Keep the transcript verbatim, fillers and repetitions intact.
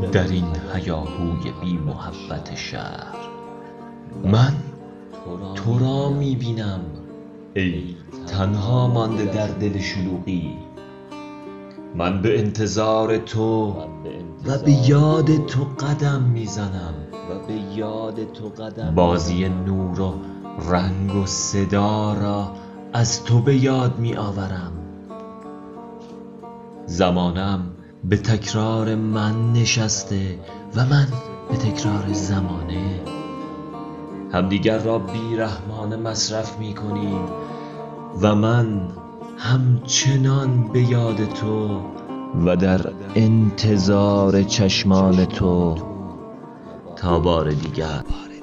در این هیاهوی بی محبت شهر. من تو را می بینم ای تنها مانده در دل شلوغی. من به انتظار تو و به یاد تو قدم میزنم. بازی نور و رنگ و صدا را از تو به یاد می آورم. زمانم به تکرار من نشسته و من به تکرار زمانه. همدیگر را بیرحمانه مصرف می کنیم و من همچنان به یاد تو و در انتظار چشمان تو تا بار دیگر.